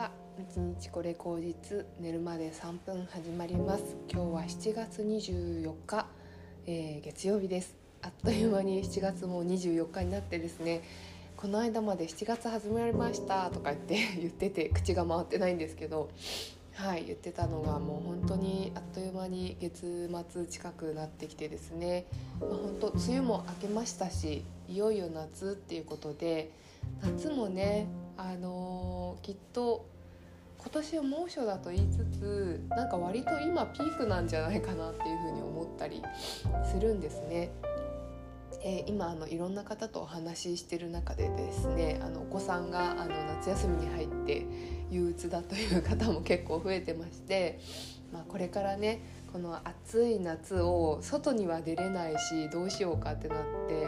は。一日これ口実、寝るまで3分始まります。今日は7月24日、月曜日です。あっという間に7月も24日になってですね、この間まで7月始まりましたとか言ってて口が回ってないんですけど、言ってたのがもう本当にあっという間に月末近くなってきてですね、本当梅雨も明けましたし、いよいよ夏っていうことで、夏もね、きっと今年は猛暑だと言いつつ、なんか割と今ピークなんじゃないかなっていうふうに思ったりするんですね。今いろんな方とお話ししてる中でですね、お子さんが夏休みに入って憂鬱だという方も結構増えてまして、これからね、この暑い夏を外には出れないし、どうしようかってなって、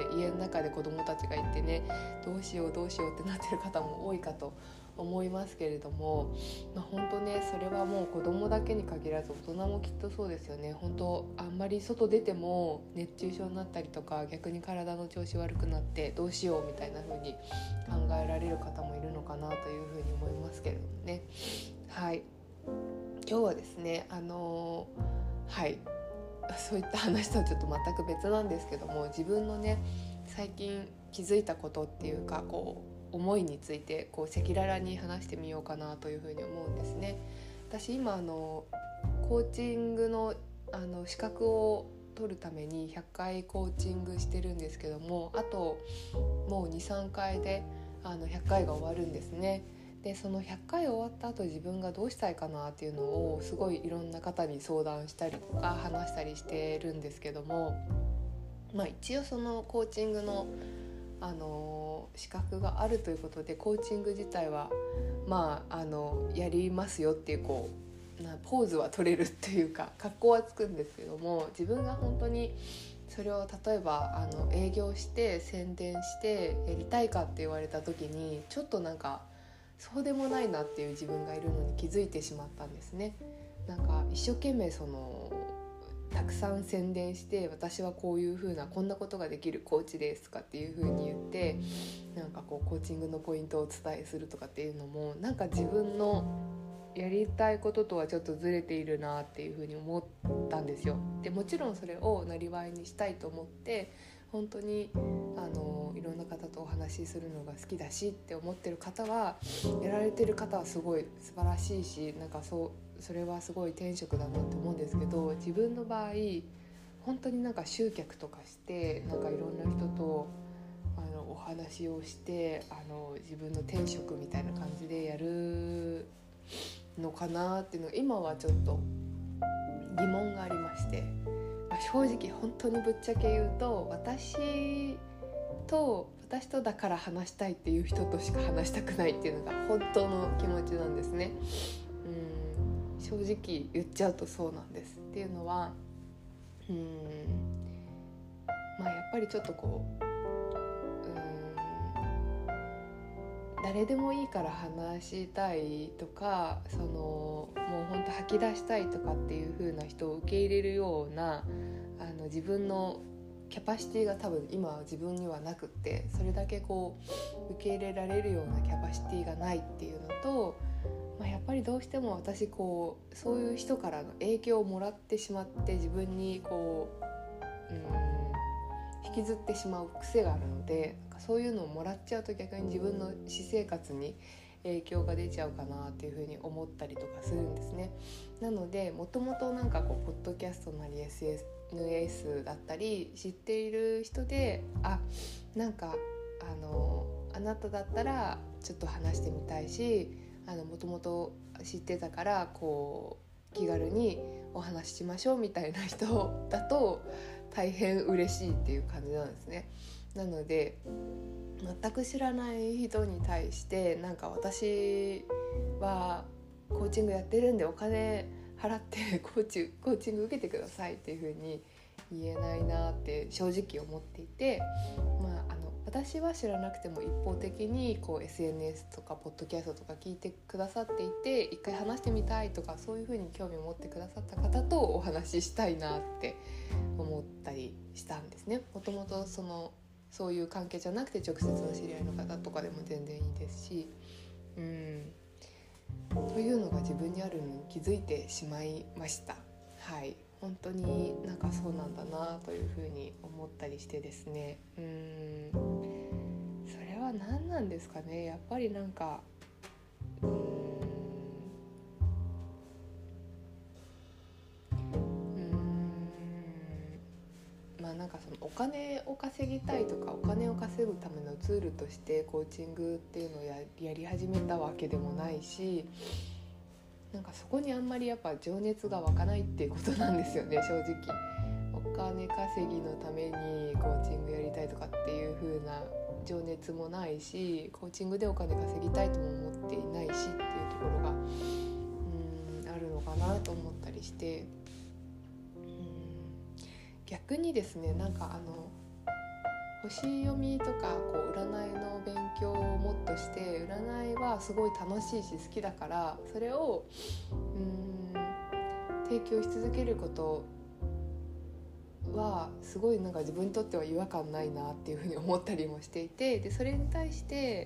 家の中で子どもたちがいてね、どうしようってなってる方も多いかと思いますけれども、本当ね、それはもう子供だけに限らず大人もきっとそうですよね。本当あんまり外出ても熱中症になったりとか、逆に体の調子悪くなってどうしようみたいな風に考えられる方もいるのかなという風に思いますけれどもね。今日はですね、そういった話とはちょっと全く別なんですけども、自分のね、最近気づいたことっていうか、思いについて赤裸々に話してみようかなというふうに思うんですね。私今コーチングの資格を取るために100回コーチングしてるんですけども、あともう 2,3 回で100回が終わるんですね。でその100回終わった後、自分がどうしたいかなっていうのをすごいいろんな方に相談したりとか話したりしてるんですけども、一応そのコーチングの資格があるということで、コーチング自体はやりますよっていう、ポーズは取れるっていうか、格好はつくんですけども、自分が本当にそれを例えば営業して宣伝してやりたいかって言われた時に、ちょっとなんかそうでもないなっていう自分がいるのに気づいてしまったんですね。なんか一生懸命たくさん宣伝して、私はこういう風なこんなことができるコーチですとかっていう風に言って、なんかコーチングのポイントをお伝えするとかっていうのも、なんか自分のやりたいこととはちょっとずれているなっていう風に思ったんですよ。でもちろんそれをなりわいにしたいと思って、本当にいろんな方とお話しするのが好きだしって思ってる方は、やられてる方はすごい素晴らしいし、なんかそれはすごい天職だなって思うんですけど、自分の場合本当になんか集客とかして、なんかいろんな人とお話をして、自分の天職みたいな感じでやるのかなっていうのが今はちょっと疑問がありまして、正直本当にぶっちゃけ言うと、私とだから話したいっていう人としか話したくないっていうのが本当の気持ちなんですね。正直言っちゃうとそうなんです。っていうのはやっぱりちょっと誰でもいいから話したいとか、もう本当吐き出したいとかっていう風な人を受け入れるような自分のキャパシティが多分今は自分にはなくって、それだけ受け入れられるようなキャパシティがないっていうのと、やっぱりどうしても私そういう人からの影響をもらってしまって、自分に引きずってしまう癖があるので、そういうのをもらっちゃうと逆に自分の私生活に影響が出ちゃうかなっていうふうに思ったりとかするんですね。なのでもともとポッドキャストなり SNS だったり知っている人で、なんかあなただったらちょっと話してみたいし、もともと知ってたから気軽にお話ししましょうみたいな人だと大変嬉しいっていう感じなんですね。なので全く知らない人に対して、なんか私はコーチングやってるんでお金払ってコーチング受けてくださいっていう風に言えないなって正直思っていて、私は知らなくても一方的にSNS とかポッドキャストとか聞いてくださっていて、一回話してみたいとか、そういう風に興味を持ってくださった方とお話ししたいなって思ったりしたんですね。もともとそういう関係じゃなくて直接の知り合いの方とかでも全然いいですし、 というのが自分にあるのに気づいてしまいました。はい、本当になんかそうなんだなというふうに思ったりしてですね、それは何なんですかね。やっぱりなんかなんかそのお金を稼ぎたいとかお金を稼ぐためのツールとしてコーチングっていうのをやり始めたわけでもないし、なんかそこにあんまりやっぱ情熱が湧かないっていうことなんですよね、正直。お金稼ぎのためにコーチングやりたいとかっていう風な情熱もないし、コーチングでお金稼ぎたいとも思っていないしっていうところがあるのかなと思ったりして、逆にですね、なんか星読みとかこう占いの勉強をもっとして、占いはすごい楽しいし好きだから、それを提供し続けることはすごいなんか自分にとっては違和感ないなっていうふうに思ったりもしていて、でそれに対して、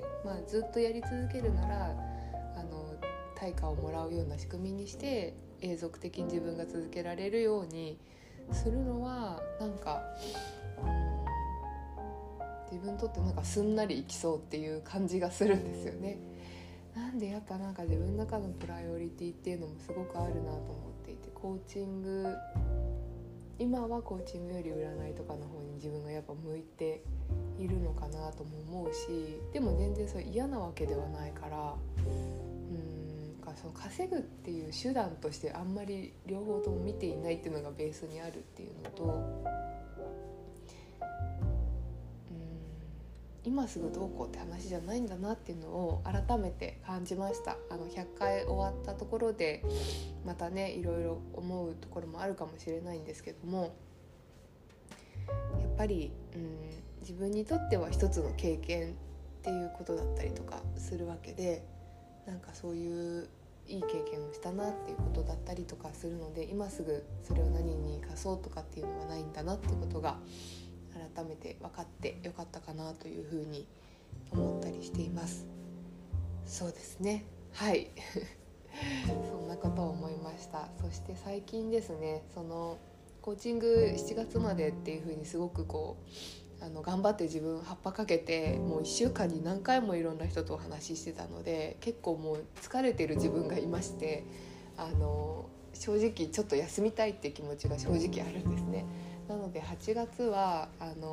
ずっとやり続けるなら対価をもらうような仕組みにして永続的に自分が続けられるようにするのはなんか自分にとってなんかすんなりいきそうっていう感じがするんですよね。なんでやっぱなんか自分の中のプライオリティっていうのもすごくあるなと思っていて、今はコーチングより占いとかの方に自分がやっぱ向いているのかなとも思うし、でも全然それ嫌なわけではないから、その稼ぐっていう手段としてあんまり両方とも見ていないっていうのがベースにあるっていうのと、今すぐどうこうって話じゃないんだなっていうのを改めて感じました。100回終わったところでまたねいろいろ思うところもあるかもしれないんですけども、やっぱり自分にとっては一つの経験っていうことだったりとかするわけで、なんかそういういい経験をしたなっていうことだったりとかするので、今すぐそれを何に生かそうとかっていうのはないんだなっていうことが改めて分かってよかったかなというふうに思ったりしています。そうですね、はいそんなことを思いました。そして最近ですね、そのコーチング7月までっていうふうにすごくこう頑張って自分葉っぱかけて、もう1週間に何回もいろんな人とお話ししてたので、結構もう疲れてる自分がいまして、正直ちょっと休みたいって気持ちが正直あるんですね。なので8月は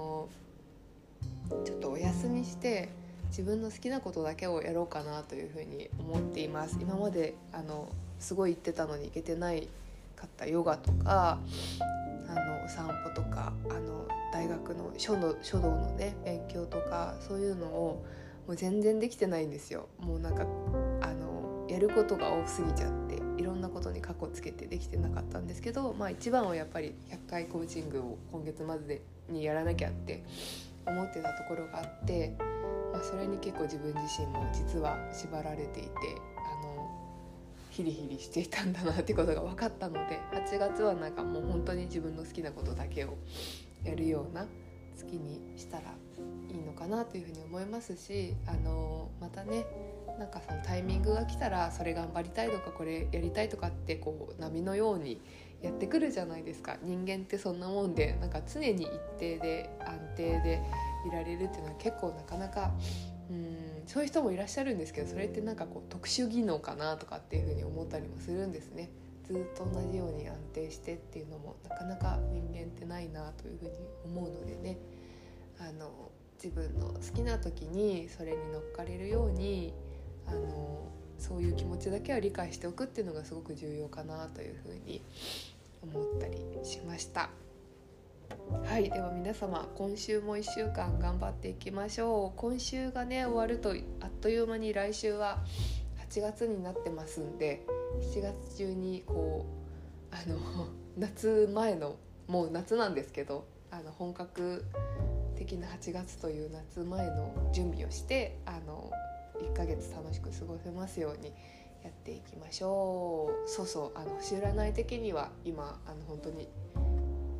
ちょっとお休みして自分の好きなことだけをやろうかなというふうに思っています。今まですごい行ってたのに行けてないかったヨガとかお散歩とか大学の書道のね勉強とか、そういうのをもう全然できてないんですよ。もうなんかやることが多すぎちゃっていろんなことにカッコつけてできてなかったんですけど、一番はやっぱり100回コーチングを今月末にやらなきゃって思ってたところがあって、それに結構自分自身も実は縛られていてヒリヒリしていたんだなってことが分かったので、8月はなんかもう本当に自分の好きなことだけをやるような月にしたらいいのかなというふうに思いますし、またねなんかそのタイミングが来たらそれ頑張りたいとかこれやりたいとかってこう波のようにやってくるじゃないですか。人間ってそんなもんで、なんか常に一定で安定でいられるっていうのは結構なかなかそういう人もいらっしゃるんですけど、それってなんかこう特殊技能かなとかっていうふうに思ったりもするんですね。ずっと同じように安定してっていうのもなかなか人間ってないなというふうに思うのでね、自分の好きな時にそれに乗っかれるようにそういう気持ちだけは理解しておくっていうのがすごく重要かなというふうに思ったりしました。はい、では皆様今週も1週間頑張っていきましょう。今週がね終わるとあっという間に来週は8月になってますんで、7月中にこう夏前のもう夏なんですけど本格的な8月という夏前の準備をして1ヶ月楽しく過ごせますようにやっていきましょう。そう星占い的には今本当に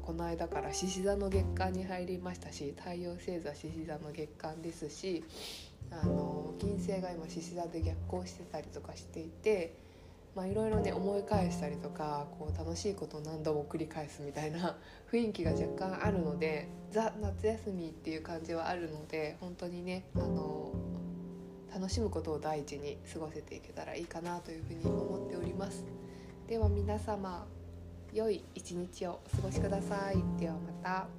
この間から獅子座の月間に入りましたし、太陽星座獅子座の月間ですし、金星が今獅子座で逆行してたりとかしていて、いろいろね思い返したりとか、こう楽しいことを何度も繰り返すみたいな雰囲気が若干あるので、ザ・夏休みっていう感じはあるので、本当にね楽しむことを第一に過ごせていけたらいいかなというふうに思っております。では皆様、良い一日をお過ごしください。ではまた。